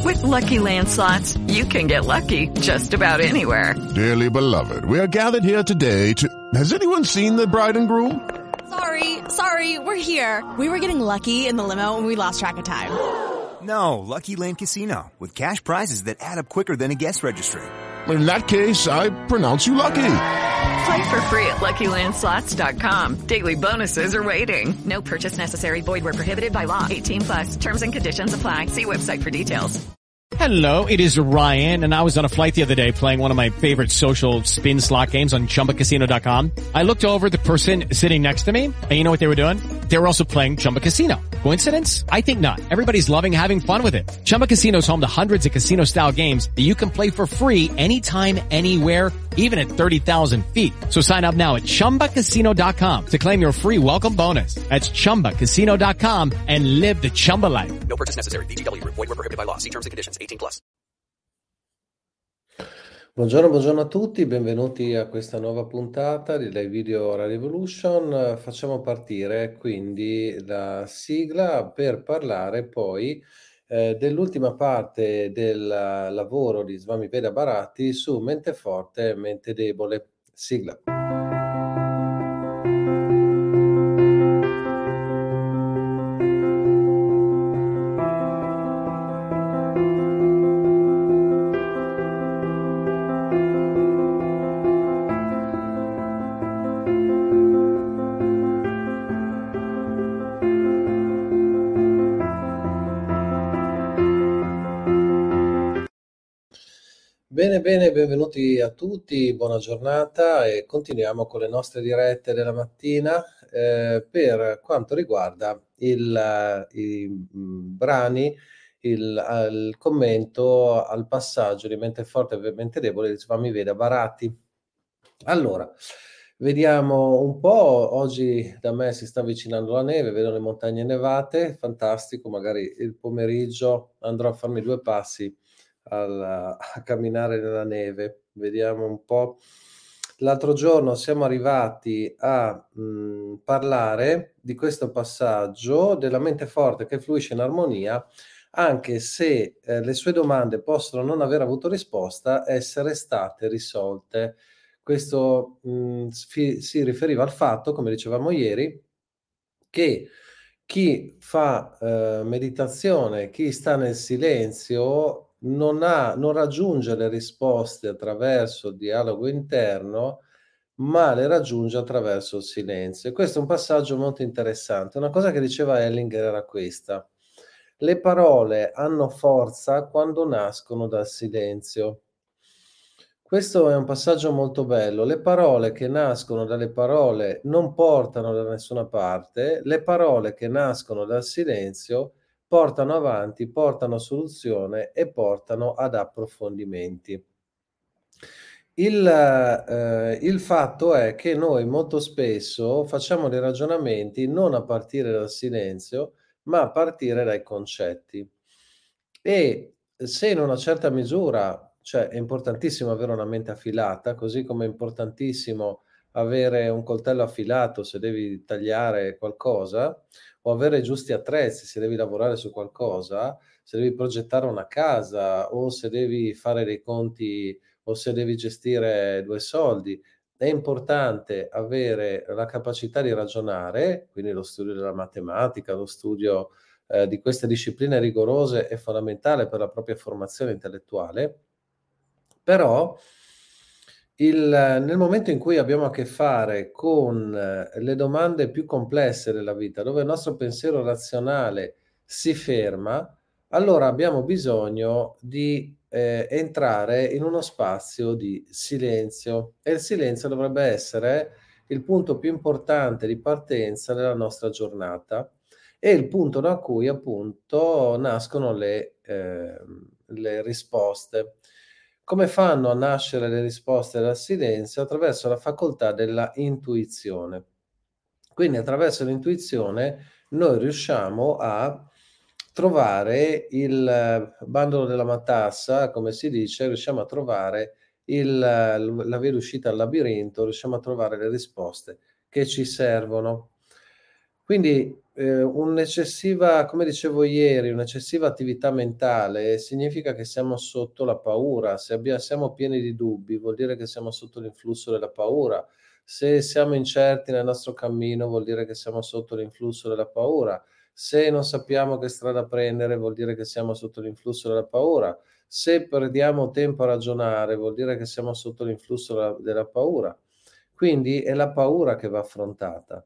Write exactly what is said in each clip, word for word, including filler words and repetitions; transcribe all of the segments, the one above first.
With Lucky Land Slots, you can get lucky just about anywhere. Dearly beloved, we are gathered here today to... Has anyone seen the bride and groom? Sorry, sorry, we're here. We were getting lucky in the limo and we lost track of time. No, Lucky Land Casino, with cash prizes that add up quicker than a guest registry. In that case, I pronounce you lucky. Play for free at Lucky Land Slots dot com. Daily bonuses are waiting. No purchase necessary. Void where prohibited by law. eighteen plus. Terms and conditions apply. See website for details. Hello, it is Ryan, and I was on a flight the other day playing one of my favorite social spin slot games on Chumba Casino dot com. I looked over at the person sitting next to me, and you know what they were doing? They were also playing Chumba Casino. Coincidence? I think not. Everybody's loving having fun with it. Chumba Casino is home to hundreds of casino-style games that you can play for free anytime, anywhere, even at thirty thousand feet. So sign up now at Chumba Casino dot com to claim your free welcome bonus. That's Chumba Casino dot com and live the Chumba life. No purchase necessary. V G W. Void where prohibited by law. See terms and conditions. eighteen plus. Buongiorno, buongiorno a tutti, benvenuti a questa nuova puntata di Live Video Ora Revolution. Facciamo partire quindi la sigla per parlare poi eh, dell'ultima parte del lavoro di Swami Veda Bharati su mente forte e mente debole. Sigla. Bene, bene, benvenuti a tutti, buona giornata e continuiamo con le nostre dirette della mattina eh, per quanto riguarda il, i mh, brani, il, il commento al passaggio di mente forte e mente debole di Swami Veda Bharati. Allora, vediamo un po', oggi da me si sta avvicinando la neve, vedo le montagne nevate, fantastico, magari il pomeriggio andrò a farmi due passi Al, a camminare nella neve, vediamo un po'. L'altro giorno siamo arrivati a mh, parlare di questo passaggio della mente forte che fluisce in armonia, anche se eh, le sue domande possono non aver avuto risposta, essere state risolte. Questo mh, si, si riferiva al fatto, come dicevamo ieri, che chi fa eh, meditazione, chi sta nel silenzio, non ha, non raggiunge le risposte attraverso il dialogo interno, ma le raggiunge attraverso il silenzio. E questo è un passaggio molto interessante. Una cosa che diceva Hellinger era questa: le parole hanno forza quando nascono dal silenzio. Questo è un passaggio molto bello. Le parole che nascono dalle parole non portano da nessuna parte, le parole che nascono dal silenzio portano avanti, portano a soluzione e portano ad approfondimenti. Il, eh, il fatto è che noi molto spesso facciamo dei ragionamenti non a partire dal silenzio, ma a partire dai concetti. E se in una certa misura, cioè è importantissimo avere una mente affilata, così come è importantissimo avere un coltello affilato se devi tagliare qualcosa, o avere i giusti attrezzi se devi lavorare su qualcosa, se devi progettare una casa o se devi fare dei conti o se devi gestire due soldi. È importante avere la capacità di ragionare, quindi lo studio della matematica, lo studio eh, di queste discipline rigorose è fondamentale per la propria formazione intellettuale, però Il, nel momento in cui abbiamo a che fare con eh, le domande più complesse della vita, dove il nostro pensiero razionale si ferma, allora abbiamo bisogno di eh, entrare in uno spazio di silenzio, e il silenzio dovrebbe essere il punto più importante di partenza della nostra giornata e il punto da cui appunto nascono le, eh, le risposte. Come fanno a nascere le risposte dal silenzio? Attraverso la facoltà della intuizione. Quindi attraverso l'intuizione noi riusciamo a trovare il bandolo della matassa, come si dice, riusciamo a trovare il, la via d'uscita al labirinto, riusciamo a trovare le risposte che ci servono. Quindi ehm, un'eccessiva come dicevo ieri, un'eccessiva attività mentale significa che siamo sotto la paura. Se abbia siamo pieni di dubbi, vuol dire che siamo sotto l'influsso della paura. Se siamo incerti nel nostro cammino, vuol dire che siamo sotto l'influsso della paura. Se non sappiamo che strada prendere, vuol dire che siamo sotto l'influsso della paura. Se perdiamo tempo a ragionare, vuol dire che siamo sotto l'influsso della della paura. Quindi è la paura che va affrontata.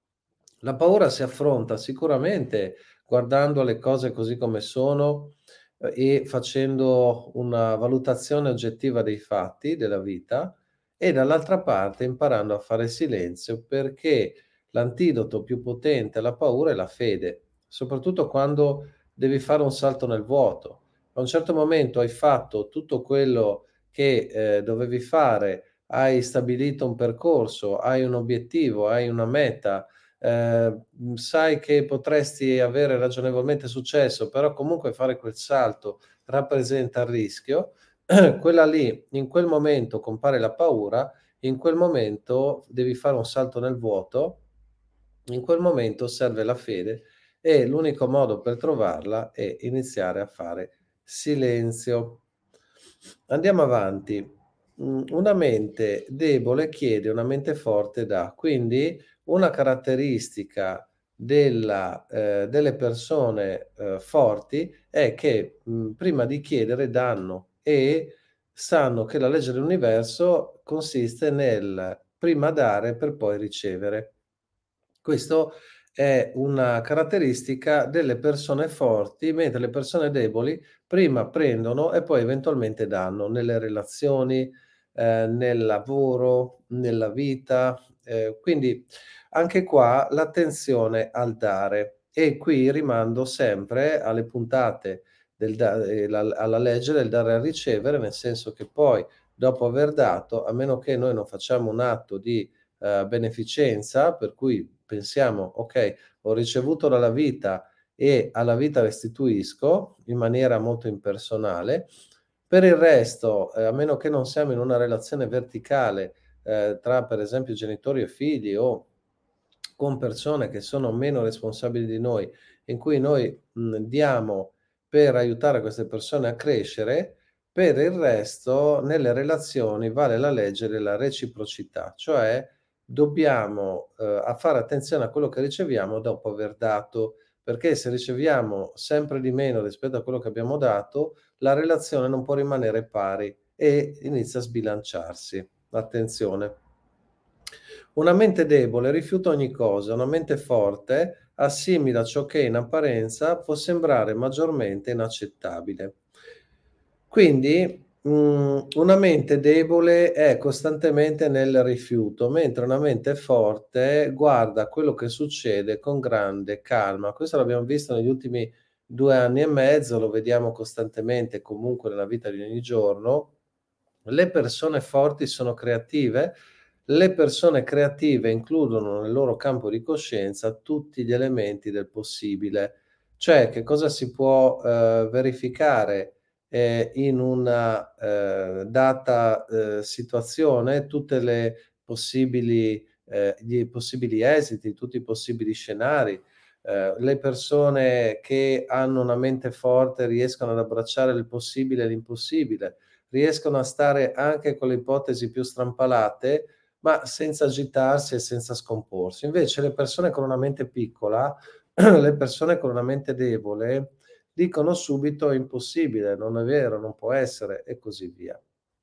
La paura si affronta sicuramente guardando le cose così come sono, uhm, e facendo una valutazione oggettiva dei fatti, della vita, e dall'altra parte imparando a fare silenzio, perché l'antidoto più potente alla paura è la fede, soprattutto quando devi fare un salto nel vuoto. A un certo momento hai fatto tutto quello che, ehm, dovevi fare, hai stabilito un percorso, hai un obiettivo, hai una meta, ehm, mhmm, sai che potresti avere ragionevolmente successo, però comunque fare quel salto rappresenta il rischio, quella lì in quel momento compare la paura, in quel momento devi fare un salto nel vuoto, in quel momento serve la fede e l'unico modo per trovarla è iniziare a fare silenzio. Andiamo avanti. Mhmm, una mente debole chiede, una mente forte dà. Quindi una caratteristica della ehm, delle persone, uhm, forti è che, mhmm, prima di chiedere danno e sanno che la legge dell'universo consiste nel prima dare per poi ricevere. Questo è una caratteristica delle persone forti, mentre le persone deboli prima prendono e poi eventualmente danno nelle relazioni, ehm, nel lavoro, nella vita. Ehm, quindi anche qua l'attenzione al dare. E qui rimando sempre alle puntate del da ehm, al alla legge del dare e ricevere, nel senso che poi dopo aver dato, a meno che noi non facciamo un atto di ehm, beneficenza, per cui pensiamo: "Okay, ho ricevuto dalla vita e alla vita restituisco", in maniera molto impersonale. Per il resto, ehm, a meno che non siamo in una relazione verticale, ehm, tra per esempio genitori e figli o con persone che sono meno responsabili di noi, in cui noi, mhmm, diamo per aiutare queste persone a crescere, per il resto nelle relazioni vale la legge della reciprocità, cioè dobbiamo, uhm, a fare attenzione a quello che riceviamo dopo aver dato, perché se riceviamo sempre di meno rispetto a quello che abbiamo dato, la relazione non può rimanere pari e inizia a sbilanciarsi. Attenzione. Una mente debole rifiuta ogni cosa, una mente forte assimila ciò che in apparenza può sembrare maggiormente inaccettabile. Quindi, mhmm, una mente debole è costantemente nel rifiuto, mentre una mente forte guarda quello che succede con grande calma. Questo l'abbiamo visto negli ultimi due anni e mezzo, lo vediamo costantemente comunque nella vita di ogni giorno. Le persone forti sono creative, le persone creative includono nel loro campo di coscienza tutti gli elementi del possibile. Cioè, che cosa si può, ehm, verificare, ehm, in una, ehm, data, ehm, situazione, tutte le possibili ehm, gli possibili esiti, tutti i possibili scenari. Ehm, le persone che hanno una mente forte riescono ad abbracciare il possibile e l'impossibile, riescono a stare anche con le ipotesi più strampalate, ma senza agitarsi e senza scomporsi. Invece le persone con una mente piccola, le persone con una mente debole, dicono subito: "È impossibile, non è vero, non può essere", e così via.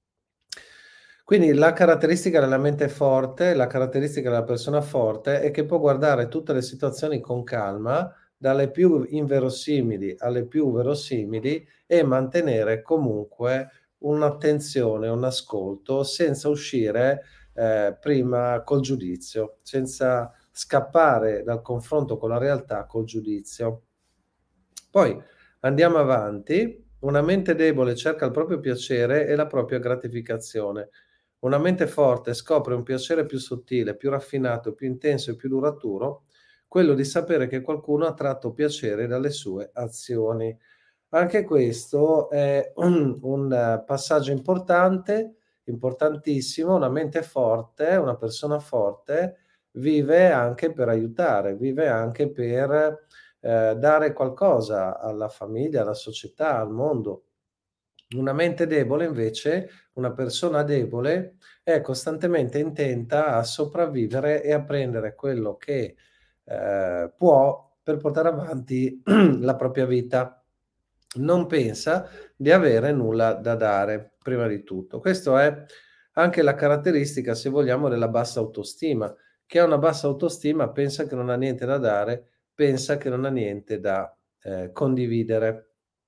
Quindi la caratteristica della mente forte, la caratteristica della persona forte è che può guardare tutte le situazioni con calma, dalle più inverosimili alle più verosimili e mantenere comunque un'attenzione, un ascolto senza uscire, ehm, prima col giudizio, senza scappare dal confronto con la realtà col giudizio. Poi andiamo avanti. Una mente debole cerca il proprio piacere e la propria gratificazione. Una mente forte scopre un piacere più sottile, più raffinato, più intenso e più duraturo, quello di sapere che qualcuno ha tratto piacere dalle sue azioni. Anche questo è un un eh, passaggio importante, importantissimo. Una mente forte, una persona forte, vive anche per aiutare, vive anche per eh, dare qualcosa alla famiglia, alla società, al mondo. Una mente debole invece, una persona debole, è costantemente intenta a sopravvivere e a prendere quello che eh, può per portare avanti la propria vita. Non pensa di avere nulla da dare, prima di tutto. Questa è anche la caratteristica, se vogliamo, della bassa autostima. Chi ha una bassa autostima pensa che non ha niente da dare, pensa che non ha niente da eh, condividere.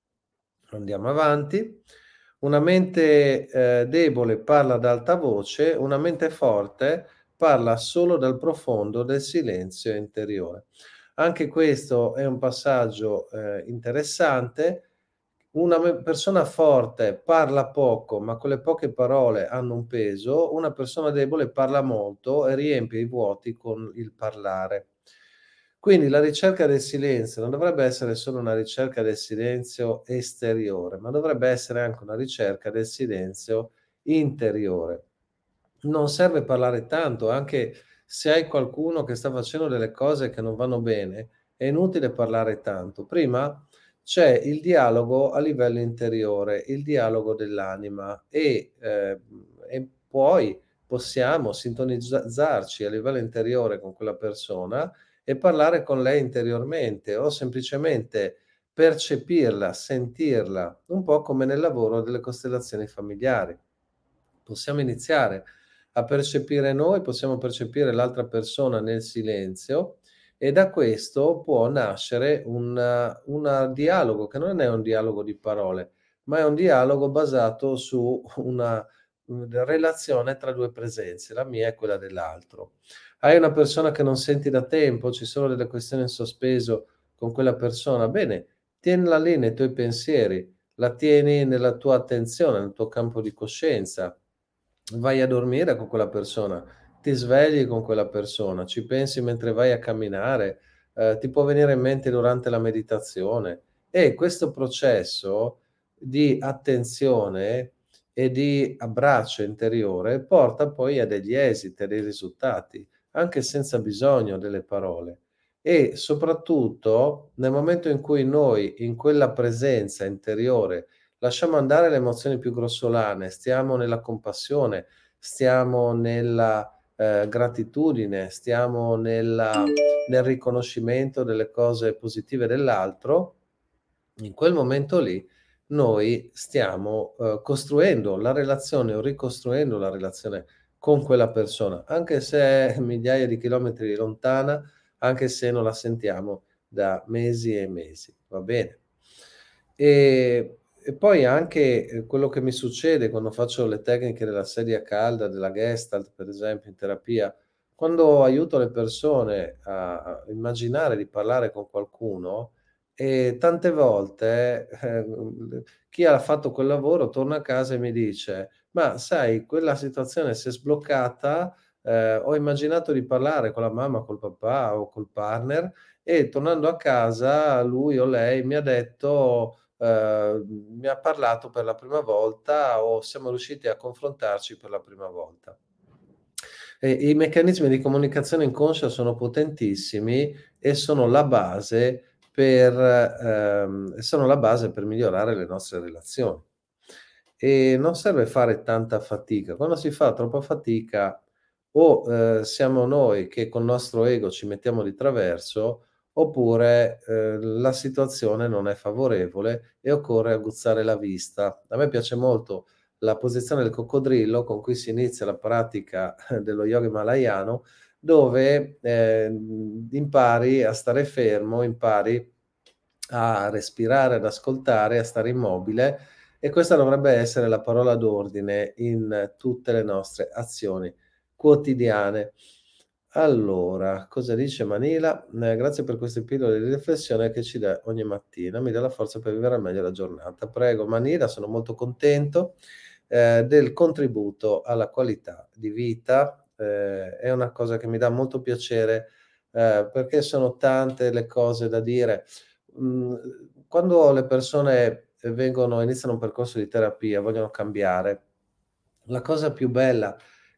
Andiamo avanti. Una mente eh, debole parla ad alta voce, una mente forte parla solo dal profondo del silenzio interiore. Anche questo è un passaggio eh, interessante. Una me- persona forte parla poco, ma quelle poche parole hanno un peso. Una persona debole parla molto e riempie i vuoti con il parlare. Quindi la ricerca del silenzio non dovrebbe essere solo una ricerca del silenzio esteriore, ma dovrebbe essere anche una ricerca del silenzio interiore. Non serve parlare tanto, anche se hai qualcuno che sta facendo delle cose che non vanno bene, è inutile parlare tanto. Prima c'è il dialogo a livello interiore, il dialogo dell'anima e, eh, e poi possiamo sintonizzarci a livello interiore con quella persona e parlare con lei interiormente o semplicemente percepirla, sentirla, un po' come nel lavoro delle costellazioni familiari. Possiamo iniziare a percepire noi, possiamo percepire l'altra persona nel silenzio e da questo può nascere un un dialogo che non è un dialogo di parole, ma è un dialogo basato su una, mhmm, relazione tra due presenze, la mia e quella dell'altro. Hai una persona che non senti da tempo, ci sono delle questioni in sospeso con quella persona, bene, tienila lì nei tuoi pensieri, la tieni nella tua attenzione, nel tuo campo di coscienza. Vai a dormire con quella persona, ti svegli con quella persona, ci pensi mentre vai a camminare, ehm, ti può venire in mente durante la meditazione e questo processo di attenzione e di abbraccio interiore porta poi a degli esiti, a dei risultati, anche senza bisogno delle parole. E soprattutto nel momento in cui noi in quella presenza interiore lasciamo andare le emozioni più grossolane, stiamo nella compassione, stiamo nella, ehm, gratitudine, stiamo nella nel riconoscimento delle cose positive dell'altro, in quel momento lì noi stiamo, uhm, costruendo la relazione o ricostruendo la relazione con quella persona, anche se è migliaia di chilometri lontana, anche se non la sentiamo da mesi e mesi, va bene? E e poi anche, ehm, quello che mi succede quando faccio le tecniche della sedia calda, della Gestalt, per esempio in terapia, quando aiuto le persone a a immaginare di parlare con qualcuno, ehm, tante volte, ehm, chi ha fatto quel lavoro torna a casa e mi dice: "Ma sai, quella situazione si è sbloccata, ehm, ho immaginato di parlare con la mamma, col papà o col partner e tornando a casa lui o lei mi ha detto ehm, mi ha parlato per la prima volta o siamo riusciti a confrontarci per la prima volta." E i meccanismi di comunicazione inconscia sono potentissimi e sono la base per ehm, sono la base per migliorare le nostre relazioni. E non serve fare tanta fatica. Quando si fa troppa fatica o, ehm, siamo noi che col nostro ego ci mettiamo di traverso, oppure, ehm, la situazione non è favorevole e occorre aguzzare la vista. A me piace molto la posizione del coccodrillo con cui si inizia la pratica dello yoga himalayano, dove, ehm, impari a stare fermo, impari a respirare, ad ascoltare, a stare immobile e questa dovrebbe essere la parola d'ordine in tutte le nostre azioni quotidiane. Allora, cosa dice Manila? Ehm, grazie per queste pillole di riflessione che ci dai ogni mattina, mi dà la forza per vivere al meglio la giornata. Prego Manila, sono molto contento, ehm, del contributo alla qualità di vita. Ehm, è una cosa che mi dà molto piacere, ehm, perché sono tante le cose da dire. Mhmm, quando le persone, ehm, vengono iniziano un percorso di terapia, vogliono cambiare, la cosa più bella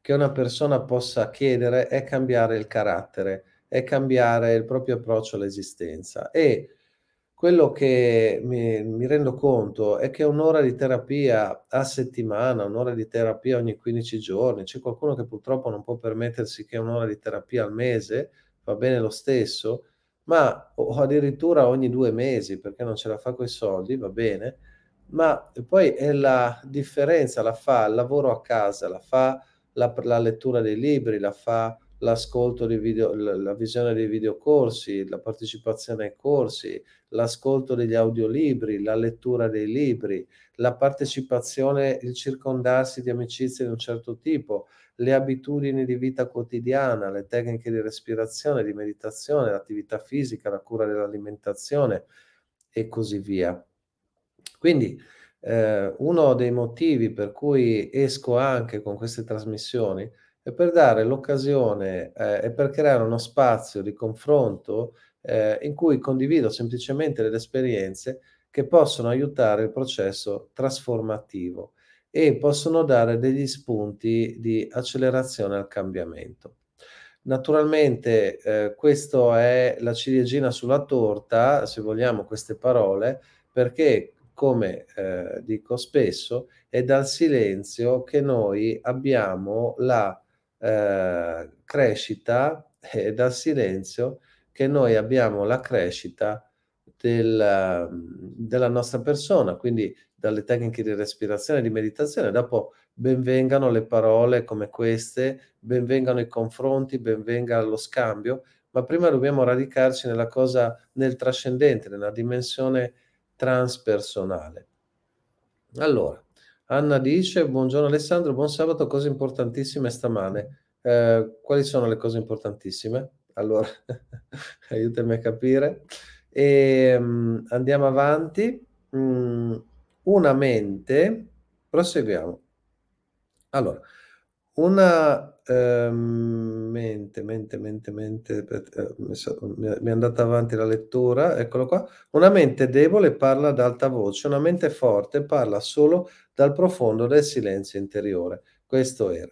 che una persona possa chiedere è cambiare il carattere, è cambiare il proprio approccio all'esistenza. E quello che mi mi rendo conto è che un' ora di terapia a settimana, un' ora di terapia ogni quindici giorni, c'è qualcuno che purtroppo non può permettersi che un' ora di terapia al mese, va bene lo stesso, ma o o addirittura ogni due mesi perché non ce la fa coi soldi, va bene, ma poi è la differenza la fa il lavoro a casa, la fa la p la lettura dei libri, la fa l'ascolto di video l la visione dei videocorsi, la partecipazione ai corsi, l'ascolto degli audiolibri, la lettura dei libri, la partecipazione, il circondarsi di amicizie di un certo tipo, le abitudini di vita quotidiana, le tecniche di respirazione, di meditazione, l'attività fisica, la cura dell'alimentazione e così via. Quindi, ehm, uno dei motivi per cui esco anche con queste trasmissioni è per dare l'occasione, ehm, e per creare uno spazio di confronto, ehm, in cui condivido semplicemente delle esperienze che possono aiutare il processo trasformativo e possono dare degli spunti di accelerazione al cambiamento. Naturalmente, ehm, questo è la ciliegina sulla torta, se vogliamo, queste parole, perché come, ehm, dico spesso, è dal silenzio che noi abbiamo la, ehm, crescita, è dal silenzio che noi abbiamo la crescita del mhmm, della nostra persona, quindi dalle tecniche di respirazione e di meditazione. Dopo ben vengano le parole come queste, ben vengano i confronti, ben venga lo scambio, ma prima dobbiamo radicarci nella cosa nel trascendente, nella dimensione transpersonale. Allora, Anna dice: "Buongiorno Alessandro, buon sabato, cose importantissime stamane". Ehm, quali sono le cose importantissime? Allora, aiutami a capire. Ehm, andiamo avanti. Mhmm, una mente proseguiamo. Allora, una, ehm, mente, mente, mente, mente, pet ehm, mi sa mi è mi è andata avanti la lettura, eccolo qua. Una mente debole parla ad alta voce, una mente forte parla solo dal profondo del silenzio interiore. Questo era.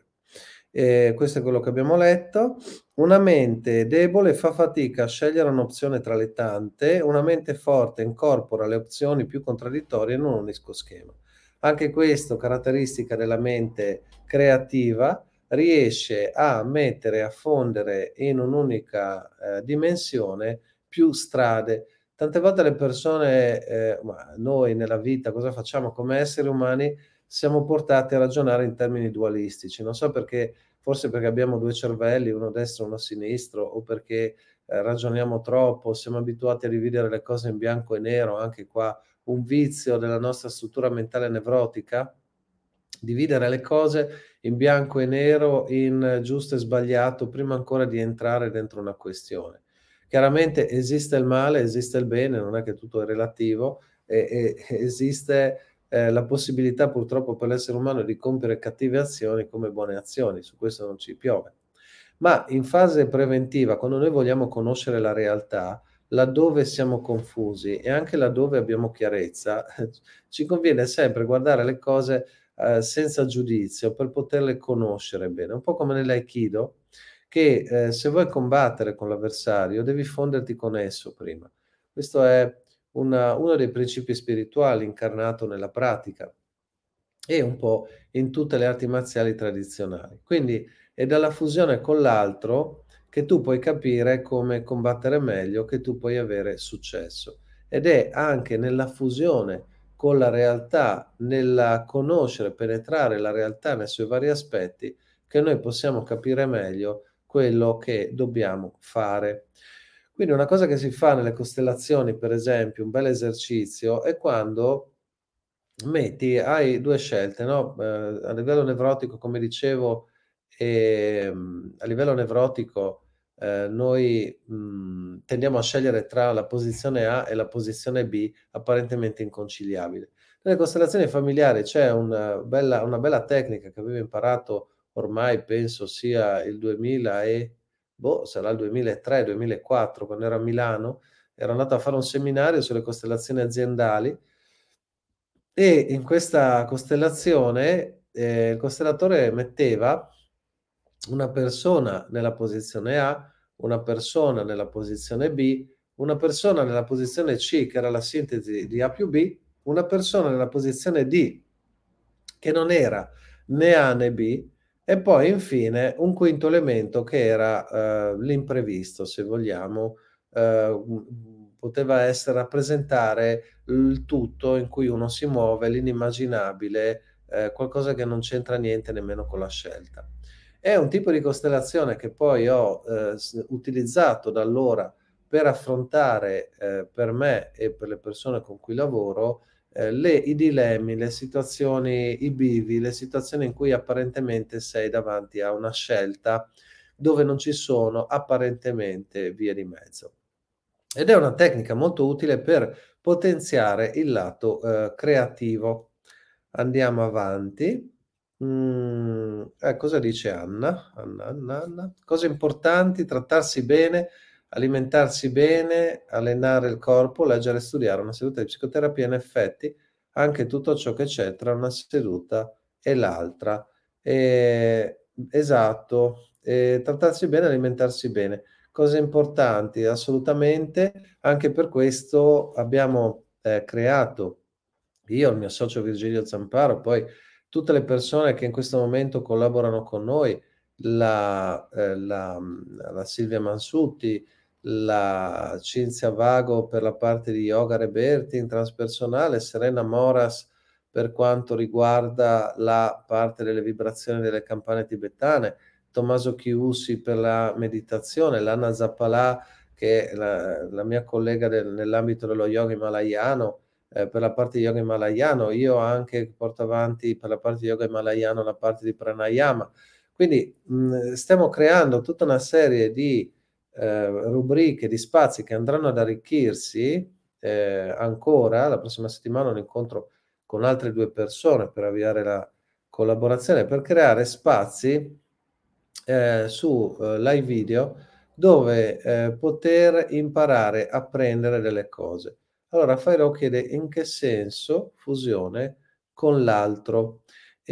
Ehm, questo è quello che abbiamo letto. Una mente debole fa fatica a scegliere un'opzione tra le tante, una mente forte incorpora le opzioni più contraddittorie in un unico schema. Anche questo, caratteristica della mente creativa, riesce a mettere, a fondere in un'unica, ehm, dimensione più strade. Tante volte le persone, ehm, ma noi nella vita cosa facciamo? Come esseri umani siamo portati a ragionare in termini dualistici. Non so perché, forse perché abbiamo due cervelli, uno a destra e uno a sinistro, o perché, ehm, ragioniamo troppo, siamo abituati a dividere le cose in bianco e nero, anche qua un vizio della nostra struttura mentale nevrotica, dividere le cose in bianco e nero, in giusto e sbagliato, prima ancora di entrare dentro una questione. Chiaramente esiste il male, esiste il bene, non è che tutto è relativo, e e esiste, ehm, la possibilità purtroppo per l'essere umano di compiere cattive azioni come buone azioni, su questo non ci piove. Ma in fase preventiva, quando noi vogliamo conoscere la realtà, laddove siamo confusi e anche laddove abbiamo chiarezza, ci conviene sempre guardare le cose, ehm, senza giudizio per poterle conoscere bene. Un po' come nell'aikido che, ehm, se vuoi combattere con l'avversario devi fonderti con esso prima. Questo è una uno dei principi spirituali incarnato nella pratica e un po' in tutte le arti marziali tradizionali. Quindi è dalla fusione con l'altro che tu puoi capire come combattere meglio, che tu puoi avere successo. Ed è anche nella fusione con la realtà, nella conoscere, penetrare la realtà nei suoi vari aspetti, che noi possiamo capire meglio quello che dobbiamo fare. Quindi una cosa che si fa nelle costellazioni, per esempio, un bel esercizio, è quando metti hai due scelte, no, ehm, a livello nevrotico, come dicevo, ehm, a livello nevrotico, ehm, noi, mhmm, tendiamo a scegliere tra la posizione A e la posizione B, apparentemente inconciliabile. Nelle costellazioni familiari c'è un bella una bella tecnica che avevo imparato ormai penso sia il duemila e boh, sarà il duemilatré, duemilaquattro, quando ero a Milano, ero andato a fare un seminario sulle costellazioni aziendali e in questa costellazione, ehm, il costellatore metteva una persona nella posizione A, una persona nella posizione B, una persona nella posizione C, che era la sintesi di A più B, una persona nella posizione D, che non era né A né B, e poi infine un quinto elemento che era, ehm, l'imprevisto, se vogliamo, ehm, mhmm, poteva essere rappresentare il tutto in cui uno si muove, l'inimmaginabile, ehm, qualcosa che non c'entra niente nemmeno con la scelta. È un tipo di costellazione che poi ho, ehm, s utilizzato da allora per affrontare, ehm, per me e per le persone con cui lavoro, ehm, le i dilemmi, le situazioni, i bivi, le situazioni in cui apparentemente sei davanti a una scelta dove non ci sono apparentemente vie di mezzo. Ed è una tecnica molto utile per potenziare il lato, ehm, creativo. Andiamo avanti. Mhmm, eh, cosa dice Anna? Anna, Anna, Anna. Cose importanti: trattarsi bene, alimentarsi bene, allenare il corpo, leggere e studiare. Una seduta di psicoterapia in effetti anche tutto ciò che c'è tra una seduta e l'altra. Ehm, esatto, ehm, trattarsi bene, alimentarsi bene. Cose importanti, assolutamente. Anche per questo abbiamo, ehm, creato, io, il mio socio Virgilio Zamparo, poi tutte le persone che in questo momento collaborano con noi, la ehm, la mhmm, la Silvia Mansutti, la Cinzia Vago per la parte di yoga rebirthing transpersonale, Serena Moras per quanto riguarda la parte delle vibrazioni delle campane tibetane, Tommaso Chiusi per la meditazione, Lana Zappalà che è la la mia collega del nell'ambito dello yoga himalayano, ehm, per la parte yoga himalayano, io anche porto avanti per la parte yoga himalayano la parte di pranayama. Quindi, mhmm, stiamo creando tutta una serie di, ehm, rubriche, di spazi che andranno ad arricchirsi, ehm, ancora. La prossima settimana ho un incontro con altre due persone per avviare la collaborazione, per creare spazi, ehm, su, uhm, live video dove, ehm, poter imparare, apprendere delle cose. Allora Fairo chiede: "In che senso fusione con l'altro?"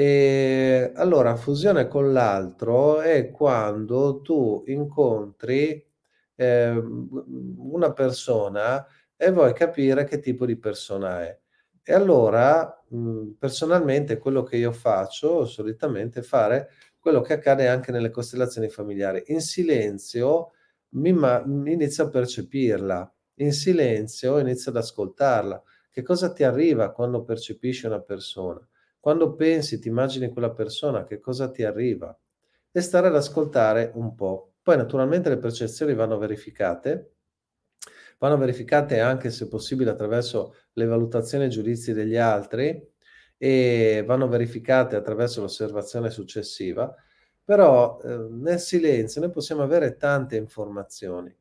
Ehm, allora fusione con l'altro è quando tu incontri, ehm, u una persona e vuoi capire che tipo di persona è. E allora, mhmm, personalmente quello che io faccio solitamente è fare quello che accade anche nelle costellazioni familiari. In silenzio mi ma inizio a percepirla, in silenzio inizio ad ascoltarla. Che cosa ti arriva quando percepisci una persona? Quando pensi, ti immagini quella persona, che cosa ti arriva? E stare ad ascoltare un po'. Poi naturalmente le percezioni vanno verificate, vanno verificate anche se possibile attraverso le valutazioni e i giudizi degli altri e vanno verificate attraverso l'osservazione successiva, però, ehm, nel silenzio noi possiamo avere tante informazioni.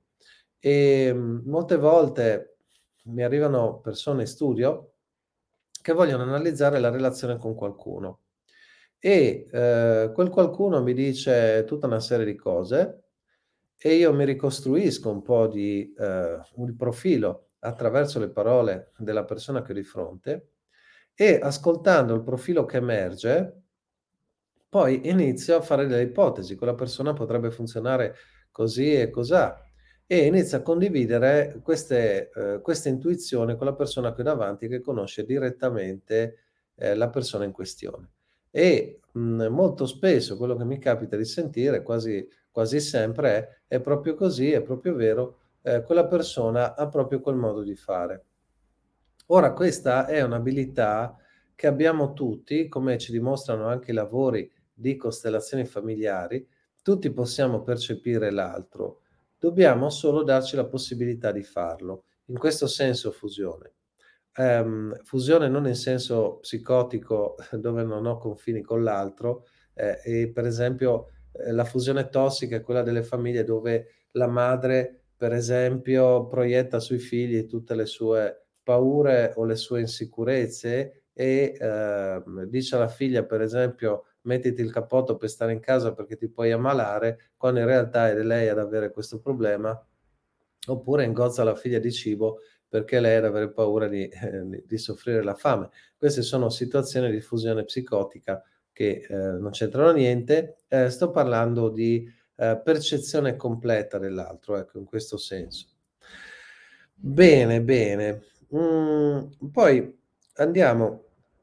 Ehm, molte volte mi arrivano persone in studio che vogliono analizzare la relazione con qualcuno e, ehm, quel qualcuno mi dice tutta una serie di cose e io mi ricostruisco un po' di ehm, un profilo attraverso le parole della persona che ho di fronte e ascoltando il profilo che emerge, poi inizio a fare delle ipotesi. Quella persona potrebbe funzionare così e cosà e inizio a condividere queste ehm, queste intuizioni con la persona che ho davanti che conosce direttamente, ehm, la persona in questione. E, mhmm, molto spesso quello che mi capita di sentire, quasi quasi sempre è: "È proprio così, è proprio vero, ehm, quella persona ha proprio quel modo di fare." Ora questa è un'abilità che abbiamo tutti, come ci dimostrano anche i lavori di costellazioni familiari, tutti possiamo percepire l'altro, dobbiamo solo darci la possibilità di farlo. In questo senso fusione. Ehm, fusione non in senso psicotico dove non ho confini con l'altro, ehm, e per esempio, ehm, la fusione tossica è quella delle famiglie dove la madre, per esempio, proietta sui figli tutte le sue paure o le sue insicurezze e, ehm, dice alla figlia, per esempio: "Mettiti il cappotto per stare in casa perché ti puoi ammalare", quando in realtà è lei ad avere questo problema, oppure ingozza la figlia di cibo perché lei ad avere paura di ehm, di soffrire la fame. Queste sono situazioni di fusione psicotica che eh, non c'entrano niente, eh, sto parlando di eh, percezione completa dell'altro, ecco, in questo senso. Bene, bene. Mm, poi andiamo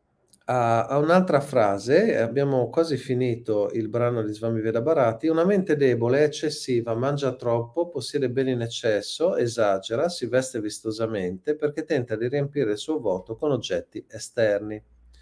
a, a un'altra frase, abbiamo quasi finito il brano di Swami Veda Bharati. Una mente debole, eccessiva, mangia troppo, possiede beni in eccesso, esagera, si veste vistosamente perché tenta di riempire il suo vuoto con oggetti esterni.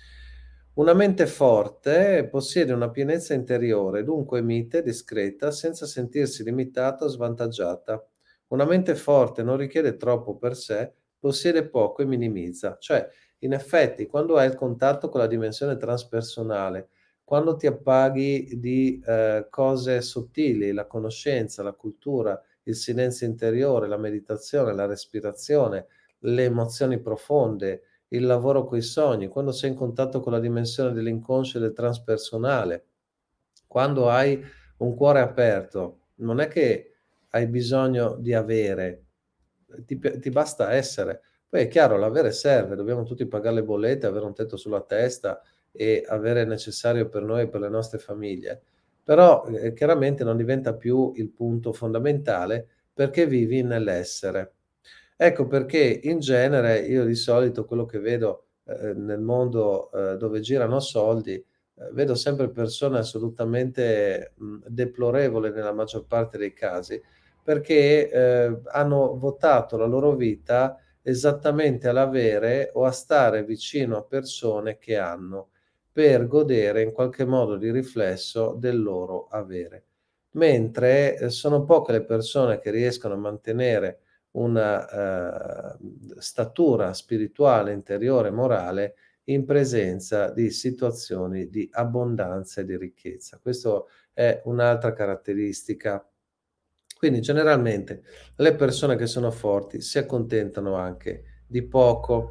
Una mente forte possiede una pienezza interiore, dunque mite, discreta, senza sentirsi limitata o svantaggiata. Una mente forte non richiede troppo per sé, possiede poco e minimizza. Cioè, in effetti, quando hai il contatto con la dimensione transpersonale, quando ti appaghi di eh, cose sottili, la conoscenza, la cultura, il silenzio interiore, la meditazione, la respirazione, le emozioni profonde, il lavoro coi sogni, quando sei in contatto con la dimensione dell'inconscio e del transpersonale, quando hai un cuore aperto, non è che hai bisogno di avere, ti, ti basta essere. Poi è chiaro, l'avere serve, dobbiamo tutti pagare le bollette, avere un tetto sulla testa e avere il necessario per noi e per le nostre famiglie, però eh, chiaramente non diventa più il punto fondamentale perché vivi nell'essere. Ecco perché in genere io di solito quello che vedo eh, nel mondo eh, dove girano soldi, eh, vedo sempre persone assolutamente mh, deplorevoli nella maggior parte dei casi, perché eh, hanno votato la loro vita esattamente all'avere o a stare vicino a persone che hanno, per godere in qualche modo di riflesso del loro avere. Mentre eh, sono poche le persone che riescono a mantenere una eh, statura spirituale, interiore, morale in presenza di situazioni di abbondanza e di ricchezza. Questa è un'altra caratteristica. Quindi generalmente le persone che sono forti si accontentano anche di poco.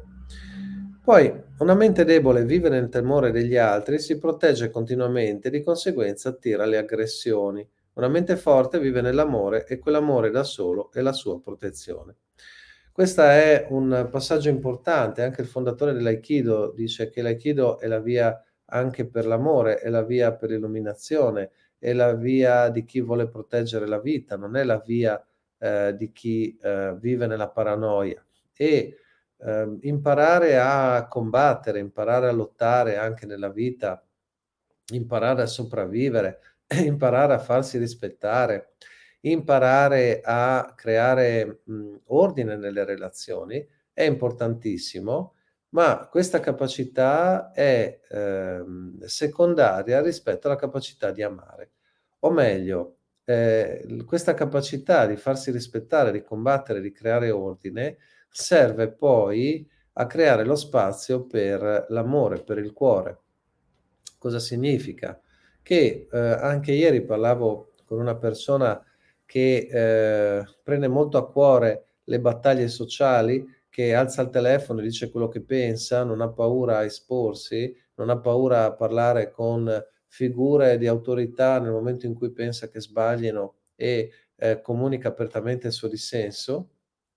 Poi una mente debole vive nel temore degli altri, si protegge continuamente e di conseguenza attira le aggressioni. Una mente forte vive nell'amore e quell'amore da solo è la sua protezione. Questo è un passaggio importante, anche il fondatore dell'Aikido dice che l'Aikido è la via anche per l'amore, è la via per l'illuminazione, è la via di chi vuole proteggere la vita, non è la via eh, di chi eh, vive nella paranoia. E eh, imparare a combattere, imparare a lottare anche nella vita, imparare a sopravvivere, imparare a farsi rispettare, imparare a creare mh, ordine nelle relazioni è importantissimo, ma questa capacità è ehm, secondaria rispetto alla capacità di amare. O meglio, eh, l- questa capacità di farsi rispettare, di combattere, di creare ordine, serve poi a creare lo spazio per l'amore, per il cuore. Cosa significa? Che eh, anche ieri parlavo con una persona che eh, prende molto a cuore le battaglie sociali, che alza il telefono e dice quello che pensa, non ha paura a esporsi, non ha paura a parlare con figure di autorità nel momento in cui pensa che sbaglino e eh, comunica apertamente il suo dissenso.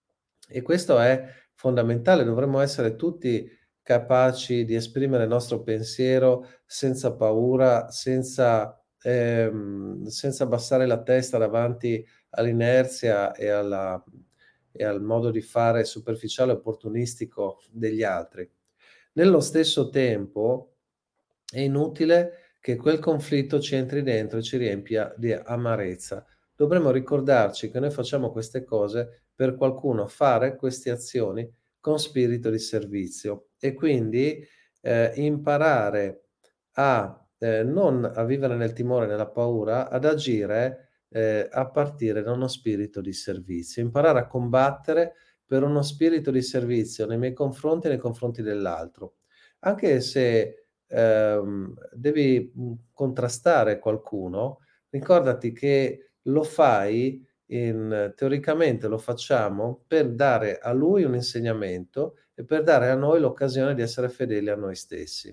E questo è fondamentale, dovremmo essere tutti capaci di esprimere il nostro pensiero senza paura, senza, ehm, senza abbassare la testa davanti all'inerzia e alla e al modo di fare superficiale e opportunistico degli altri. Nello stesso tempo è inutile che quel conflitto ci entri dentro e ci riempia di amarezza. Dovremmo ricordarci che noi facciamo queste cose per qualcuno, fare queste azioni con spirito di servizio e quindi eh, imparare a eh, non a vivere nel timore, nella paura, ad agire eh, a partire da uno spirito di servizio, imparare a combattere per uno spirito di servizio nei miei confronti e nei confronti dell'altro, anche se ehm, devi mh, contrastare qualcuno, ricordati che lo fai in, teoricamente lo facciamo per dare a lui un insegnamento e per dare a noi l'occasione di essere fedeli a noi stessi.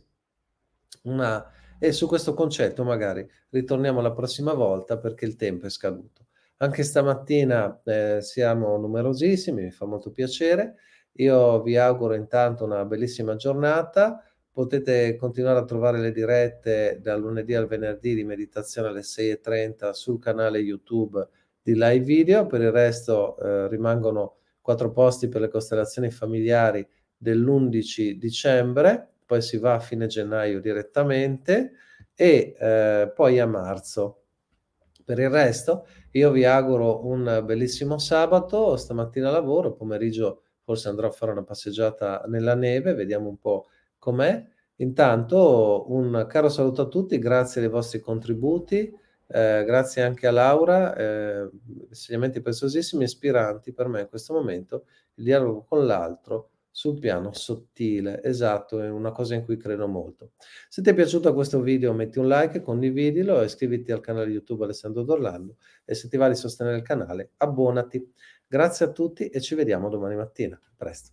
Una e su questo concetto magari ritorniamo la prossima volta perché il tempo è scaduto. Anche stamattina, ehm, siamo numerosissimi, mi fa molto piacere. Io vi auguro intanto una bellissima giornata, Potete continuare a trovare le dirette dal lunedì al venerdì di meditazione alle sei e trenta sul canale YouTube di Live Video. Per il resto eh, rimangono quattro posti per le costellazioni familiari dell'undici dicembre, poi si va a fine gennaio direttamente e eh, poi a marzo. Per il resto io vi auguro un bellissimo sabato. Stamattina lavoro, pomeriggio forse andrò a fare una passeggiata nella neve, vediamo un po' com'è. Intanto un caro saluto a tutti, grazie dei vostri contributi, eh, grazie anche a Laura, eh, insegnamenti preziosissimi, ispiranti per me in questo momento, il dialogo con l'altro sul piano sottile. Esatto, è una cosa in cui credo molto. Se ti è piaciuto questo video metti un like, condividilo e iscriviti al canale YouTube Alessandro D'Orlando, e se ti va di sostenere il canale abbonati. Grazie a tutti e ci vediamo domani mattina. A presto.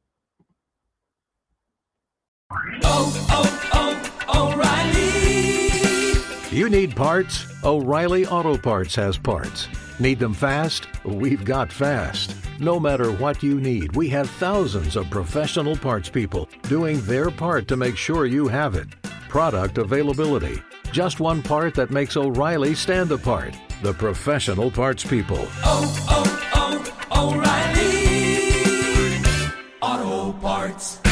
Oh, oh, oh, O'Reilly. You need parts? O'Reilly Auto Parts has parts. Need them fast? We've got fast. No matter what you need, we have thousands of professional parts people doing their part to make sure you have it. Product availability. Just one part that makes O'Reilly stand apart. The professional parts people. Oh, oh, oh, O'Reilly Auto Parts.